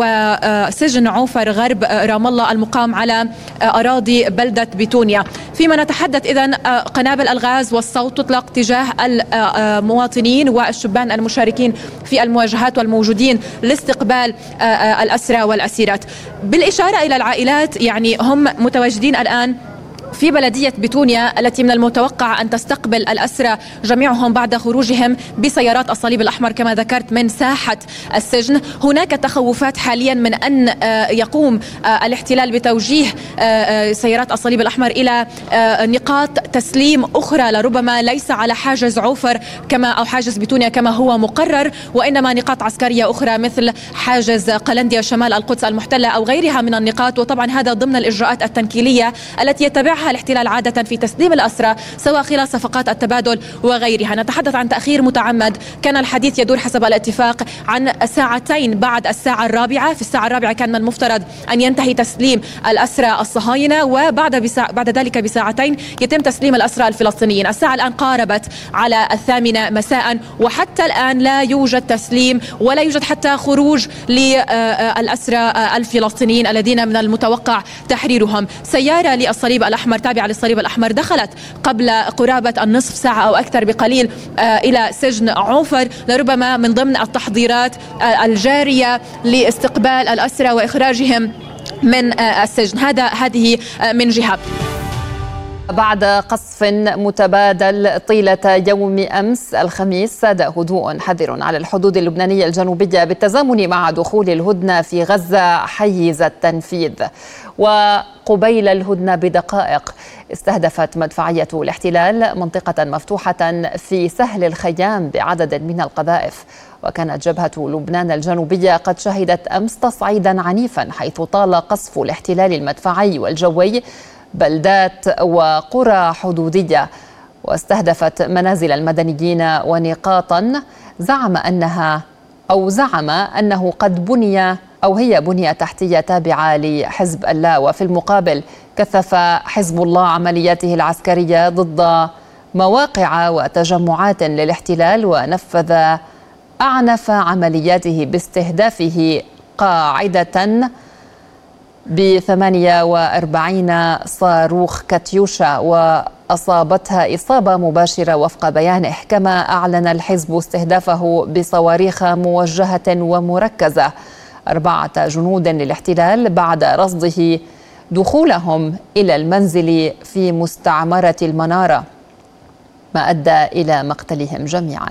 وسجن عوفر غرب رام الله المقام على أراضي بلدة بيتونيا. فيما نتحدث إذن قنابل الغاز والصوت تطلق تجاه المواطنين والشبان المشاركين في المواجهات والموجودين لاستقبال الأسرى والأسيرات. بالإشارة إلى العائلات، يعني هم متواجدين الآن في بلدية بيتونيا التي من المتوقع أن تستقبل الأسرى جميعهم بعد خروجهم بسيارات الصليب الأحمر كما ذكرت من ساحة السجن. هناك تخوفات حاليا من أن يقوم الاحتلال بتوجيه سيارات الصليب الأحمر إلى نقاط تسليم أخرى لربما ليس على حاجز عوفر كما أو حاجز بيتونيا كما هو مقرر، وإنما نقاط عسكرية أخرى مثل حاجز قلنديا شمال القدس المحتلة أو غيرها من النقاط. وطبعا هذا ضمن الإجراءات التنكيلية التي يتبعها الاحتلال عادة في تسليم الأسرى سواء خلال صفقات التبادل وغيرها. نتحدث عن تأخير متعمد، كان الحديث يدور حسب الاتفاق عن ساعتين بعد الساعة الرابعة. في الساعة الرابعة كان من المفترض أن ينتهي تسليم الأسرى الصهاينة وبعد بسا... بعد ذلك بساعتين يتم تسليم الأسرى الفلسطينيين. الساعة الآن قاربت على الثامنة مساء وحتى الآن لا يوجد تسليم ولا يوجد حتى خروج للأسرى الفلسطينيين الذين من المتوقع تحريرهم. سيارة للصليب الأحمر تابعة للصليب الأحمر دخلت قبل قرابة النصف ساعة أو أكثر بقليل إلى سجن عوفر لربما من ضمن التحضيرات الجارية لاستقبال الأسرى وإخراجهم من السجن. هذا هذه من جهة. بعد قصف متبادل طيلة يوم أمس الخميس ساد هدوء حذر على الحدود اللبنانية الجنوبية بالتزامن مع دخول الهدنة في غزة حيز التنفيذ. وقبيل الهدنة بدقائق استهدفت مدفعية الاحتلال منطقة مفتوحة في سهل الخيام بعدد من القذائف. وكانت جبهة لبنان الجنوبية قد شهدت أمس تصعيدا عنيفا حيث طال قصف الاحتلال المدفعي والجوي بلدات وقرى حدودية واستهدفت منازل المدنيين ونقاطا زعم أنها أو زعم أنه قد بني أو هي بنية تحتية تابعة لحزب الله. وفي المقابل كثف حزب الله عملياته العسكرية ضد مواقع وتجمعات للاحتلال ونفذ أعنف عملياته باستهدافه قاعدة بثمانية وأربعين صاروخ كاتيوشا وأصابتها إصابة مباشرة وفق بيانه. كما أعلن الحزب استهدافه بصواريخ موجهة ومركزة أربعة جنود للاحتلال بعد رصده دخولهم إلى المنزل في مستعمرة المنارة ما أدى إلى مقتلهم جميعا.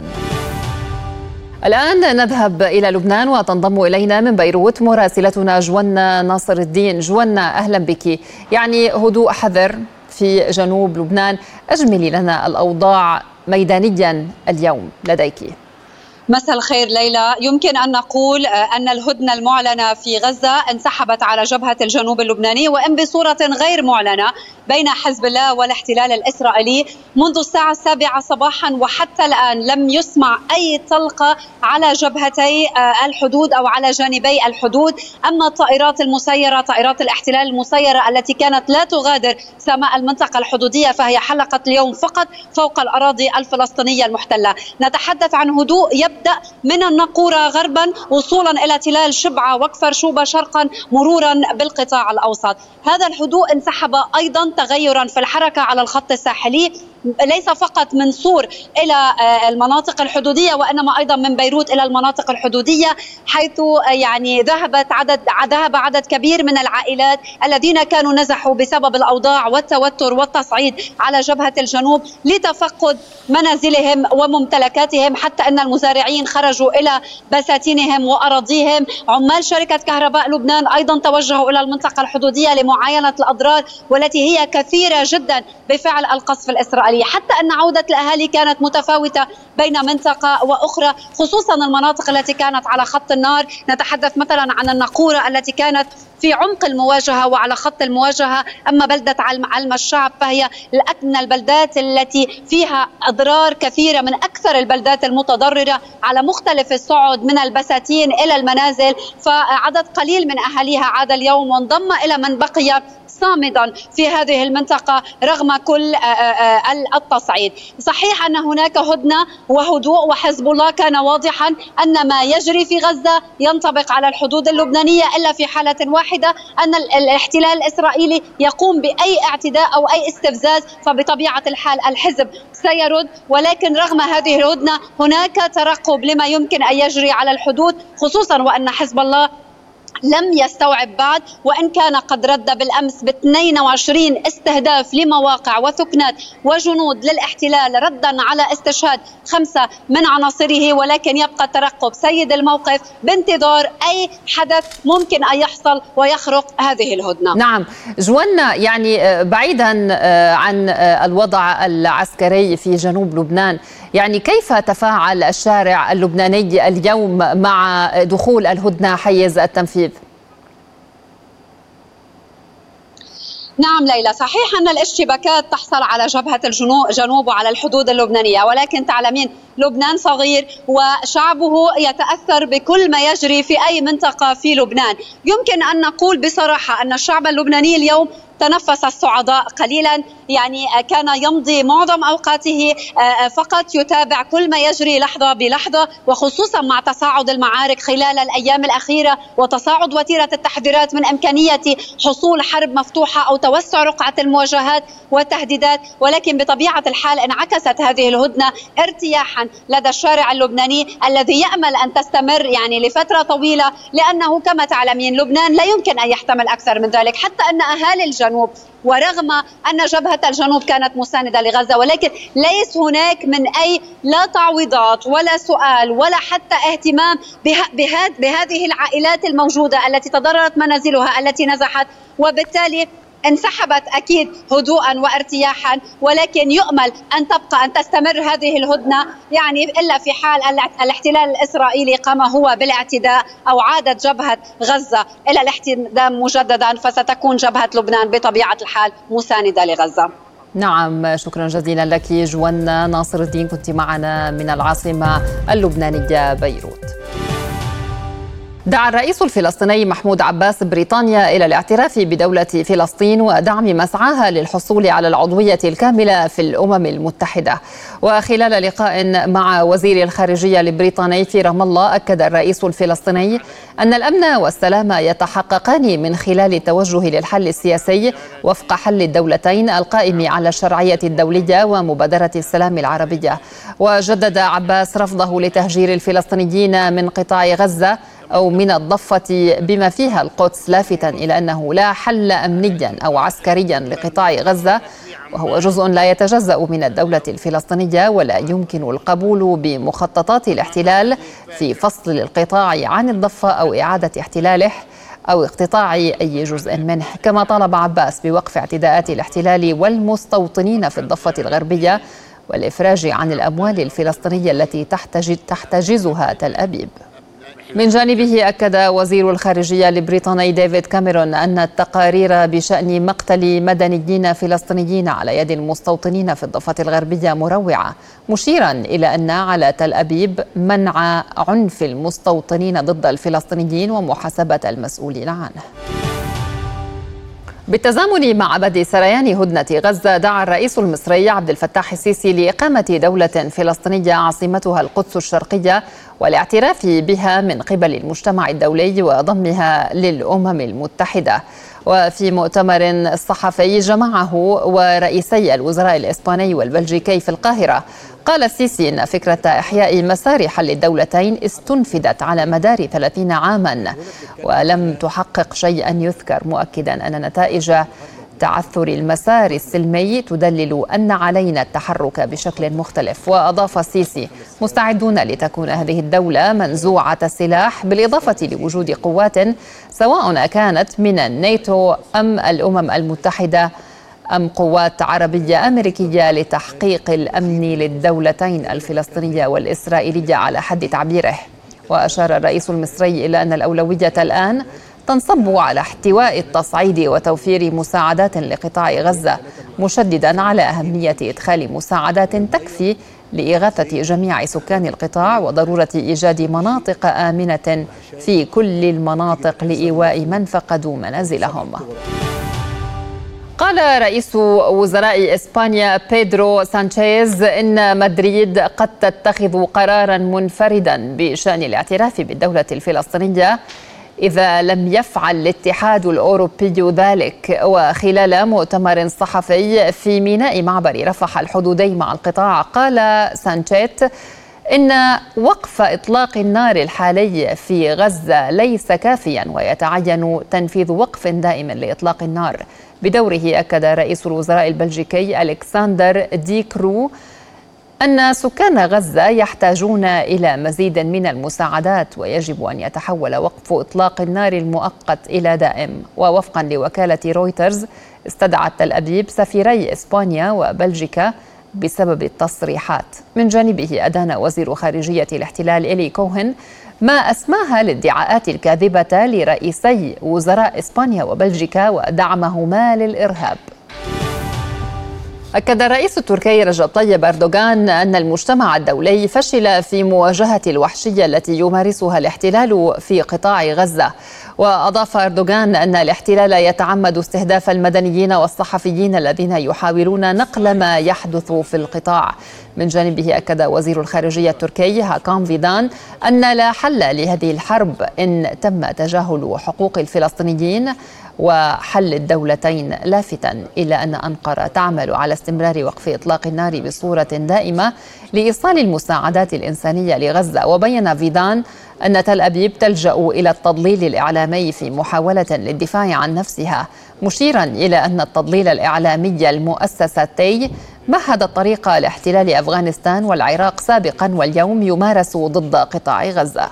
الآن نذهب إلى لبنان وتنضم إلينا من بيروت مراسلتنا جوانا ناصر الدين. جوانا أهلا بك. يعني هدوء حذر في جنوب لبنان، أجملي لنا الأوضاع ميدانيا اليوم لديك. مساء الخير ليلى. يمكن أن نقول أن الهدنة المعلنة في غزة انسحبت على جبهة الجنوب اللبناني وإن بصورة غير معلنة بين حزب الله والاحتلال الإسرائيلي منذ الساعة السابعة صباحا وحتى الآن لم يسمع أي طلقة على جبهتي الحدود أو على جانبي الحدود. أما الطائرات المسيرة طائرات الاحتلال المسيرة التي كانت لا تغادر سماء المنطقة الحدودية فهي حلقت اليوم فقط فوق الأراضي الفلسطينية المحتلة. نتحدث عن هدوء يبدأ من النقورة غربا وصولا إلى تلال شبعة وكفر شوبة شرقا مرورا بالقطاع الأوسط. هذا الهدوء انسحب أيضا تغيرا في الحركة على الخط الساحلي ليس فقط من صور إلى المناطق الحدودية وإنما أيضا من بيروت إلى المناطق الحدودية، حيث يعني ذهبت عدد ذهب عدد كبير من العائلات الذين كانوا نزحوا بسبب الأوضاع والتوتر والتصعيد على جبهة الجنوب لتفقد منازلهم وممتلكاتهم، حتى أن المزارعين خرجوا إلى بساتينهم وأراضيهم. عمال شركة كهرباء لبنان أيضا توجهوا إلى المنطقة الحدودية لمعاينة الأضرار والتي هي كثيرة جدا بفعل القصف الإسرائيلي، حتى أن عودة الأهالي كانت متفاوتة بين منطقة وأخرى، خصوصا المناطق التي كانت على خط النار. نتحدث مثلا عن النقورة التي كانت في عمق المواجهة وعلى خط المواجهة، أما بلدة علم الشعب فهي من البلدات التي فيها أضرار كثيرة، من أكثر البلدات المتضررة على مختلف الصعد من البساتين إلى المنازل. فعدد قليل من أهاليها عاد اليوم وانضم إلى من بقي صامدا في هذه المنطقة رغم كل التصعيد. صحيح أن هناك هدنة وهدوء، وحزب الله كان واضحا أن ما يجري في غزة ينطبق على الحدود اللبنانية، إلا في حالة واحدة أن الاحتلال الإسرائيلي يقوم بأي اعتداء أو أي استفزاز فبطبيعة الحال الحزب سيرد. ولكن رغم هذه الهدنة هناك ترقب لما يمكن أن يجري على الحدود، خصوصا وأن حزب الله لم يستوعب بعد، وإن كان قد رد بالأمس ب اثنين وعشرين استهداف لمواقع وثكنات وجنود للاحتلال ردا على استشهاد خمسة من عناصره، ولكن يبقى ترقب سيد الموقف بانتظار أي حدث ممكن أن يحصل ويخرق هذه الهدنة. نعم جوانا، يعني بعيدا عن الوضع العسكري في جنوب لبنان، يعني كيف تفاعل الشارع اللبناني اليوم مع دخول الهدنة حيز التنفيذ؟ نعم ليلى، صحيح أن الاشتباكات تحصل على جبهة الجنوب وعلى الحدود اللبنانية، ولكن تعلمين لبنان صغير وشعبه يتأثر بكل ما يجري في أي منطقة في لبنان. يمكن أن نقول بصراحة أن الشعب اللبناني اليوم تنفس الصعداء قليلا، يعني كان يمضي معظم أوقاته فقط يتابع كل ما يجري لحظة بلحظة، وخصوصا مع تصاعد المعارك خلال الأيام الأخيرة وتصاعد وتيرة التحذيرات من إمكانية حصول حرب مفتوحة أو توسع رقعة المواجهات والتهديدات. ولكن بطبيعة الحال انعكست هذه الهدنة ارتياحا لدى الشارع اللبناني الذي يأمل أن تستمر يعني لفترة طويلة، لأنه كما تعلمين لبنان لا يمكن أن يحتمل أكثر من ذلك، حتى أن أهالي الجنوب ورغم أن جبهة الجنوب كانت مساندة لغزة، ولكن ليس هناك من أي لا تعويضات ولا سؤال ولا حتى اهتمام بهذه العائلات الموجودة التي تضررت منازلها التي نزحت، وبالتالي انسحبت أكيد هدوءا وارتياحا. ولكن يؤمل أن تبقى أن تستمر هذه الهدنة، يعني إلا في حال الاحتلال الإسرائيلي قام هو بالاعتداء أو عادت جبهة غزة إلى الاحتدام مجددا، فستكون جبهة لبنان بطبيعة الحال مساندة لغزة. نعم، شكرا جزيلا لك جوانا ناصر الدين، كنت معنا من العاصمة اللبنانية بيروت. دعا الرئيس الفلسطيني محمود عباس بريطانيا إلى الاعتراف بدولة فلسطين ودعم مسعاها للحصول على العضوية الكاملة في الأمم المتحدة. وخلال لقاء مع وزير الخارجية البريطاني في رام الله، أكد الرئيس الفلسطيني أن الأمن والسلام يتحققان من خلال التوجه للحل السياسي وفق حل الدولتين القائم على الشرعية الدولية ومبادرة السلام العربية. وجدد عباس رفضه لتهجير الفلسطينيين من قطاع غزة أو من الضفة بما فيها القدس، لافتاً إلى أنه لا حل أمنياً أو عسكرياً لقطاع غزة، وهو جزء لا يتجزأ من الدولة الفلسطينية، ولا يمكن القبول بمخططات الاحتلال في فصل القطاع عن الضفة أو إعادة احتلاله أو اقتطاع أي جزء منه. كما طالب عباس بوقف اعتداءات الاحتلال والمستوطنين في الضفة الغربية والإفراج عن الأموال الفلسطينية التي تحتجز تحتجزها تل أبيب. من جانبه أكد وزير الخارجية البريطاني ديفيد كاميرون أن التقارير بشأن مقتل مدنيين فلسطينيين على يد المستوطنين في الضفة الغربية مروعة، مشيرا إلى أن على تل أبيب منع عنف المستوطنين ضد الفلسطينيين ومحاسبة المسؤولين عنه. بالتزامن مع بدء سريان هدنة غزة، دعا الرئيس المصري عبد الفتاح السيسي لإقامة دولة فلسطينية عاصمتها القدس الشرقية والاعتراف بها من قبل المجتمع الدولي وضمها للأمم المتحدة. وفي مؤتمر صحفي جمعه ورئيسي الوزراء الإسباني والبلجيكي في القاهرة، قال السيسي إن فكرة إحياء مسار حل الدولتين استنفذت على مدار ثلاثين عاما ولم تحقق شيئا يذكر، مؤكدا أن نتائج تعثر المسار السلمي تدلل أن علينا التحرك بشكل مختلف. وأضاف السيسي: مستعدون لتكون هذه الدولة منزوعة السلاح بالإضافة لوجود قوات سواء كانت من الناتو أم الأمم المتحدة أم قوات عربية أمريكية لتحقيق الأمن للدولتين الفلسطينية والإسرائيلية على حد تعبيره. وأشار الرئيس المصري إلى أن الأولوية الآن تنصب على احتواء التصعيد وتوفير مساعدات لقطاع غزة، مشددا على أهمية إدخال مساعدات تكفي لإغاثة جميع سكان القطاع وضرورة إيجاد مناطق آمنة في كل المناطق لإيواء من فقدوا منازلهم. قال رئيس وزراء إسبانيا بيدرو سانشيز إن مدريد قد تتخذ قرارا منفردا بشأن الاعتراف بالدولة الفلسطينية إذا لم يفعل الاتحاد الأوروبي ذلك. وخلال مؤتمر صحفي في ميناء معبر رفح الحدودي مع القطاع، قال سانشيت إن وقف إطلاق النار الحالي في غزة ليس كافيا ويتعين تنفيذ وقف دائم لإطلاق النار. بدوره أكد رئيس الوزراء البلجيكي ألكسندر دي كرو أن سكان غزة يحتاجون إلى مزيد من المساعدات ويجب أن يتحول وقف إطلاق النار المؤقت إلى دائم. ووفقا لوكالة رويترز، استدعت تل أبيب سفيري إسبانيا وبلجيكا بسبب التصريحات. من جانبه أدان وزير خارجية الاحتلال إلي كوهن ما أسماها الادعاءات الكاذبة لرئيسي وزراء إسبانيا وبلجيكا ودعمهما للإرهاب. أكد الرئيس التركي رجب طيب أردوغان أن المجتمع الدولي فشل في مواجهة الوحشية التي يمارسها الاحتلال في قطاع غزة. وأضاف أردوغان أن الاحتلال يتعمد استهداف المدنيين والصحفيين الذين يحاولون نقل ما يحدث في القطاع. من جانبه أكد وزير الخارجية التركي هاكان فيدان أن لا حل لهذه الحرب إن تم تجاهل حقوق الفلسطينيين وحل الدولتين، لافتا إلى أن أنقرة تعمل على استمرار وقف إطلاق النار بصورة دائمة لإيصال المساعدات الإنسانية لغزة. وبين فيدان أن تل أبيب تلجأ إلى التضليل الإعلامي في محاولة للدفاع عن نفسها، مشيرا إلى أن التضليل الإعلامي المؤسساتي مهد الطريق لاحتلال أفغانستان والعراق سابقا واليوم يمارس ضد قطاع غزة.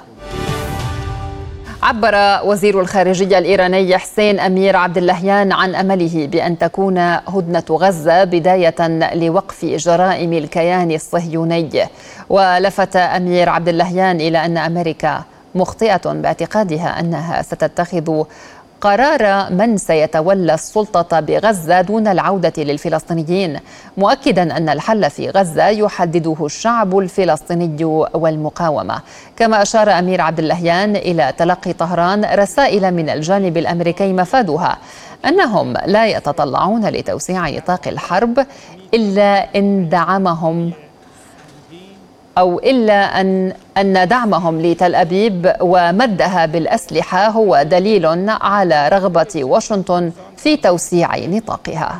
عبر وزير الخارجية الإيراني حسين أمير عبد اللهيان عن أمله بأن تكون هدنة غزة بداية لوقف جرائم الكيان الصهيوني. ولفت أمير عبد اللهيان إلى أن أمريكا مخطئة باعتقادها أنها ستتخذ قرار من سيتولى السلطة بغزة دون العودة للفلسطينيين، مؤكدا أن الحل في غزة يحدده الشعب الفلسطيني والمقاومة. كما أشار أمير عبد اللهيان إلى تلقي طهران رسائل من الجانب الأمريكي مفادها أنهم لا يتطلعون لتوسيع نطاق الحرب إلا إن دعمهم أو إلا أن أن دعمهم لتل أبيب ومدها بالأسلحة هو دليل على رغبة واشنطن في توسيع نطاقها.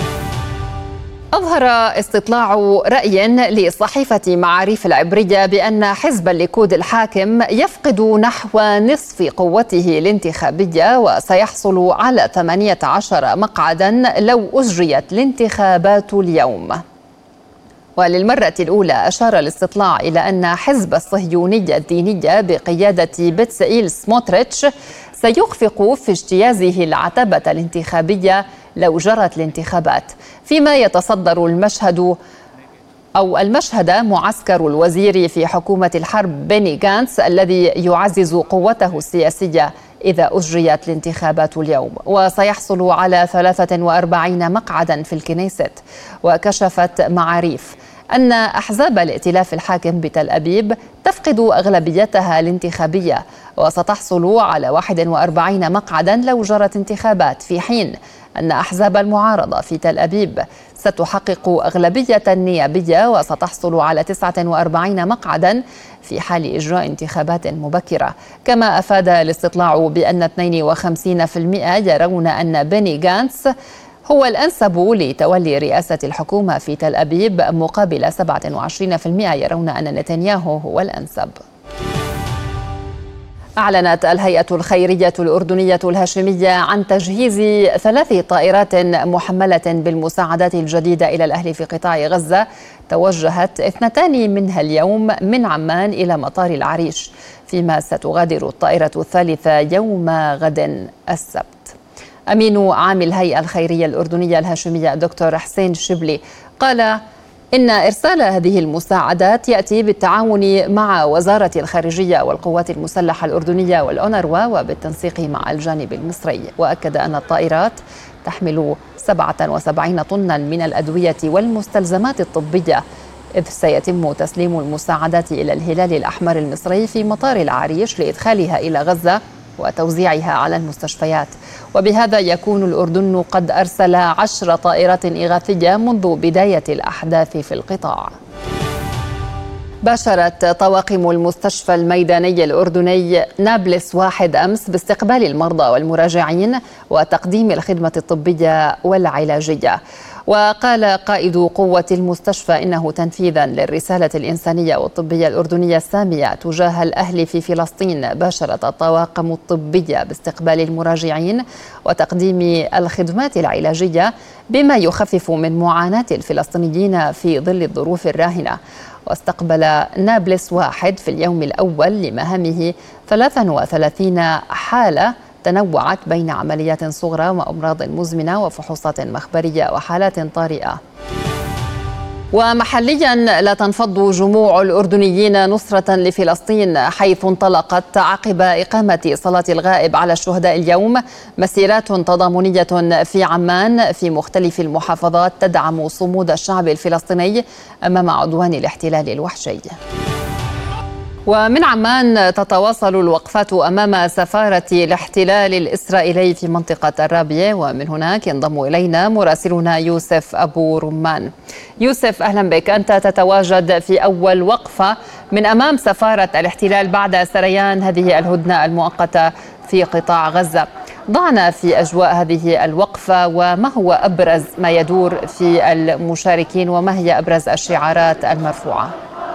أظهر استطلاع رأي لصحيفة معاريف العبرية بأن حزب الليكود الحاكم يفقد نحو نصف قوته الانتخابية وسيحصل على ثمانية عشر مقعدا لو أجريت الانتخابات اليوم. وللمرة الأولى أشار الاستطلاع إلى أن حزب الصهيونية الدينية بقيادة بتسائيل سموتريتش سيخفق في اجتيازه العتبة الانتخابية لو جرت الانتخابات، فيما يتصدر المشهد أو المشهد معسكر الوزير في حكومة الحرب بيني غانتس الذي يعزز قوته السياسية إذا أجريت الانتخابات اليوم، وسيحصل على ثلاثة وأربعين مقعدا في الكنيست. وكشفت معاريف أن أحزاب الائتلاف الحاكم بتل أبيب تفقد أغلبيتها الانتخابية وستحصل على واحد وأربعين مقعدا لو جرت انتخابات، في حين أن أحزاب المعارضة في تل أبيب ستحقق أغلبية نيابية وستحصل على تسعة وأربعين مقعدا في حال إجراء انتخابات مبكرة. كما أفاد الاستطلاع بأن اثنين وخمسين بالمئة يرون أن بيني غانتس هو الأنسب لتولي رئاسة الحكومة في تل أبيب، مقابل سبعة وعشرين بالمئة يرون أن نتنياهو هو الأنسب. أعلنت الهيئة الخيرية الأردنية الهاشمية عن تجهيز ثلاث طائرات محملة بالمساعدات الجديدة إلى الأهل في قطاع غزة. توجهت اثنتان منها اليوم من عمان إلى مطار العريش، فيما ستغادر الطائرة الثالثة يوم غد السبت. أمين عام الهيئة الخيرية الأردنية الهاشمية دكتور حسين الشبلي قال إن إرسال هذه المساعدات يأتي بالتعاون مع وزارة الخارجية والقوات المسلحة الأردنية والأونروا وبالتنسيق مع الجانب المصري. وأكد أن الطائرات تحمل سبعة وسبعين طنا من الأدوية والمستلزمات الطبية، إذ سيتم تسليم المساعدات إلى الهلال الأحمر المصري في مطار العريش لإدخالها إلى غزة وتوزيعها على المستشفيات. وبهذا يكون الأردن قد أرسل عشر طائرات إغاثية منذ بداية الأحداث في القطاع. باشرت طواقم المستشفى الميداني الأردني نابلس واحد أمس باستقبال المرضى والمراجعين وتقديم الخدمة الطبية والعلاجية. وقال قائد قوة المستشفى إنه تنفيذا للرسالة الإنسانية والطبية الأردنية السامية تجاه الأهل في فلسطين، باشرت الطواقم الطبية باستقبال المراجعين وتقديم الخدمات العلاجية بما يخفف من معاناة الفلسطينيين في ظل الظروف الراهنة. واستقبل نابلس واحد في اليوم الأول لمهامه ثلاثة وثلاثين حالة تنوعت بين عمليات صغرى وأمراض مزمنة وفحوصات مخبرية وحالات طارئة. ومحليا لا تنفض جموع الأردنيين نصرة لفلسطين، حيث انطلقت عقب إقامة صلاة الغائب على الشهداء اليوم مسيرات تضامنية في عمان في مختلف المحافظات تدعم صمود الشعب الفلسطيني أمام عدوان الاحتلال الوحشي. ومن عمان تتواصل الوقفات أمام سفارة الاحتلال الإسرائيلي في منطقة الرابية، ومن هناك ينضم إلينا مراسلنا يوسف أبو رمان. يوسف، أهلا بك. أنت تتواجد في أول وقفة من أمام سفارة الاحتلال بعد سريان هذه الهدنة المؤقتة في قطاع غزة. ضعنا في أجواء هذه الوقفة، وما هو أبرز ما يدور في المشاركين وما هي أبرز الشعارات المرفوعة؟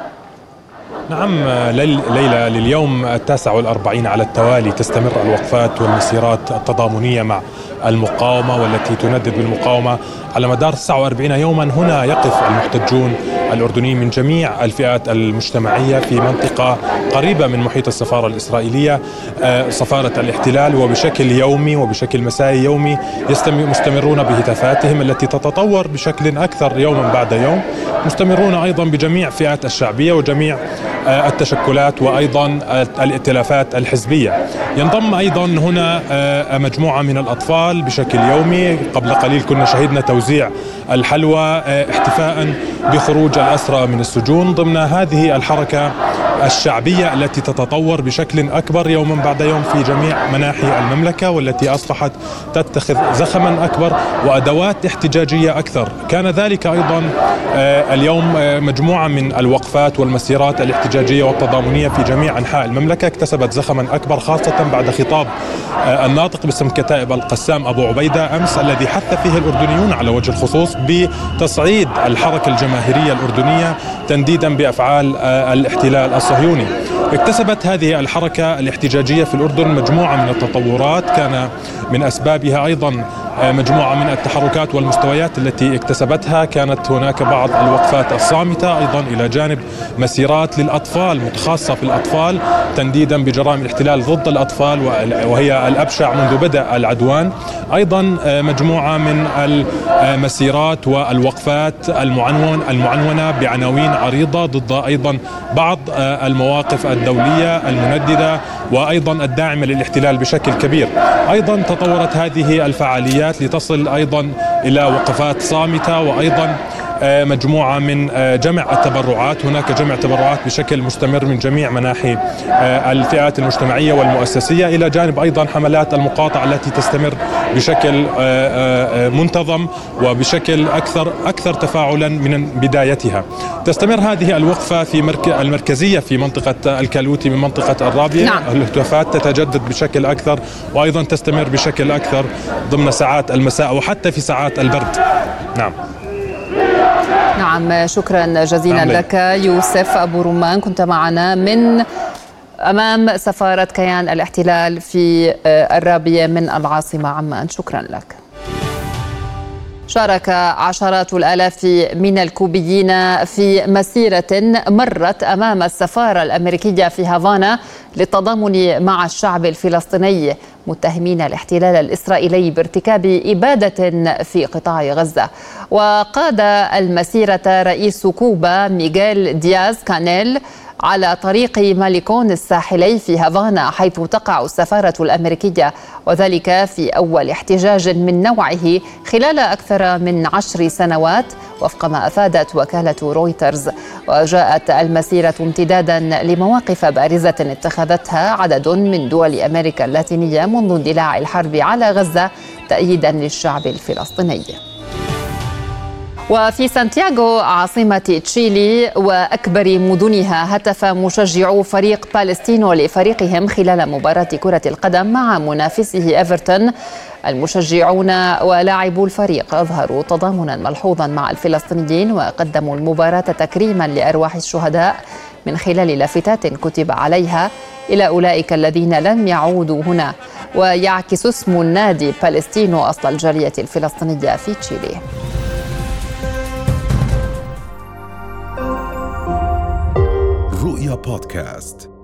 نعم ليلى، لليوم التاسع والأربعين على التوالي تستمر الوقفات والمسيرات التضامنية مع المقاومة والتي تندد بالمقاومة على مدار تسعة وأربعين يوما. هنا يقف المحتجون الأردنيين من جميع الفئات المجتمعية في منطقة قريبة من محيط السفارة الإسرائيلية، سفارة الاحتلال، وبشكل يومي وبشكل مسائي يومي مستمرون بهتافاتهم التي تتطور بشكل أكثر يوما بعد يوم. مستمرون أيضا بجميع فئات الشعبية وجميع التشكلات وأيضا الائتلافات الحزبية. ينضم أيضا هنا مجموعة من الأطفال بشكل يومي. قبل قليل كنا شهدنا توزيع الحلوى احتفاء بخروج الأسرى من السجون ضمن هذه الحركة الشعبية التي تتطور بشكل أكبر يوما بعد يوم في جميع مناحي المملكة، والتي أصبحت تتخذ زخما أكبر وأدوات احتجاجية أكثر. كان ذلك أيضا اليوم مجموعة من الوقفات والمسيرات الاحتجاجية والتضامنية في جميع أنحاء المملكة اكتسبت زخما أكبر، خاصة بعد خطاب الناطق باسم كتائب القسام أبو عبيدة أمس، الذي حث فيه الأردنيون على وجه الخصوص بتصعيد الحركة الجماهيرية الأردنية تنديدا بأفعال الاحتلال الصهيوني. اكتسبت هذه الحركة الاحتجاجية في الأردن مجموعة من التطورات، كان من أسبابها أيضا مجموعة من التحركات والمستويات التي اكتسبتها. كانت هناك بعض الوقفات الصامتة أيضا إلى جانب مسيرات للأطفال متخصصة في الأطفال تنديدا بجرائم الاحتلال ضد الأطفال وهي الأبشع منذ بدء العدوان. أيضا مجموعة من المسيرات والوقفات المعنون المعنونة بعناوين عريضة ضد أيضا بعض المواقف الدولية المنددة وأيضا الداعمة للاحتلال بشكل كبير. أيضا تطورت هذه الفعاليات لتصل أيضا إلى وقفات صامتة وأيضا مجموعة من جمع التبرعات. هناك جمع تبرعات بشكل مستمر من جميع مناحي الفئات المجتمعية والمؤسسية، إلى جانب أيضا حملات المقاطعة التي تستمر بشكل منتظم وبشكل أكثر أكثر تفاعلا من بدايتها. تستمر هذه الوقفة في المركزية في منطقة الكالوتي من منطقة الرابية. نعم. الهتافات تتجدد بشكل أكثر وأيضا تستمر بشكل أكثر ضمن ساعات المساء وحتى في ساعات البرد. نعم. نعم، شكرا جزيلا لك يوسف أبو رمان، كنت معنا من أمام سفارة كيان الاحتلال في الرابية من العاصمة عمان. شكرا لك. شارك عشرات الآلاف من الكوبيين في مسيرة مرت أمام السفارة الأمريكية في هافانا للتضامن مع الشعب الفلسطيني، متهمين الاحتلال الإسرائيلي بارتكاب إبادة في قطاع غزة. وقاد المسيرة رئيس كوبا ميغيل دياز كانيل على طريق ماليكون الساحلي في هافانا، حيث تقع السفارة الأمريكية، وذلك في أول احتجاج من نوعه خلال أكثر من عشر سنوات وفق ما أفادت وكالة رويترز. وجاءت المسيرة امتدادا لمواقف بارزة اتخذتها عدد من دول أمريكا اللاتينية منذ اندلاع الحرب على غزة تأييدا للشعب الفلسطيني. وفي سانتياغو عاصمة تشيلي وأكبر مدنها، هتف مشجعو فريق بالستينو لفريقهم خلال مباراة كرة القدم مع منافسه إيفرتون. المشجعون ولاعبو الفريق أظهروا تضامنا ملحوظا مع الفلسطينيين وقدموا المباراة تكريما لأرواح الشهداء من خلال لافتات كتب عليها: إلى أولئك الذين لم يعودوا هنا. ويعكس اسم النادي بالستينو أصل الجالية الفلسطينية في تشيلي. رؤيا بودكاست.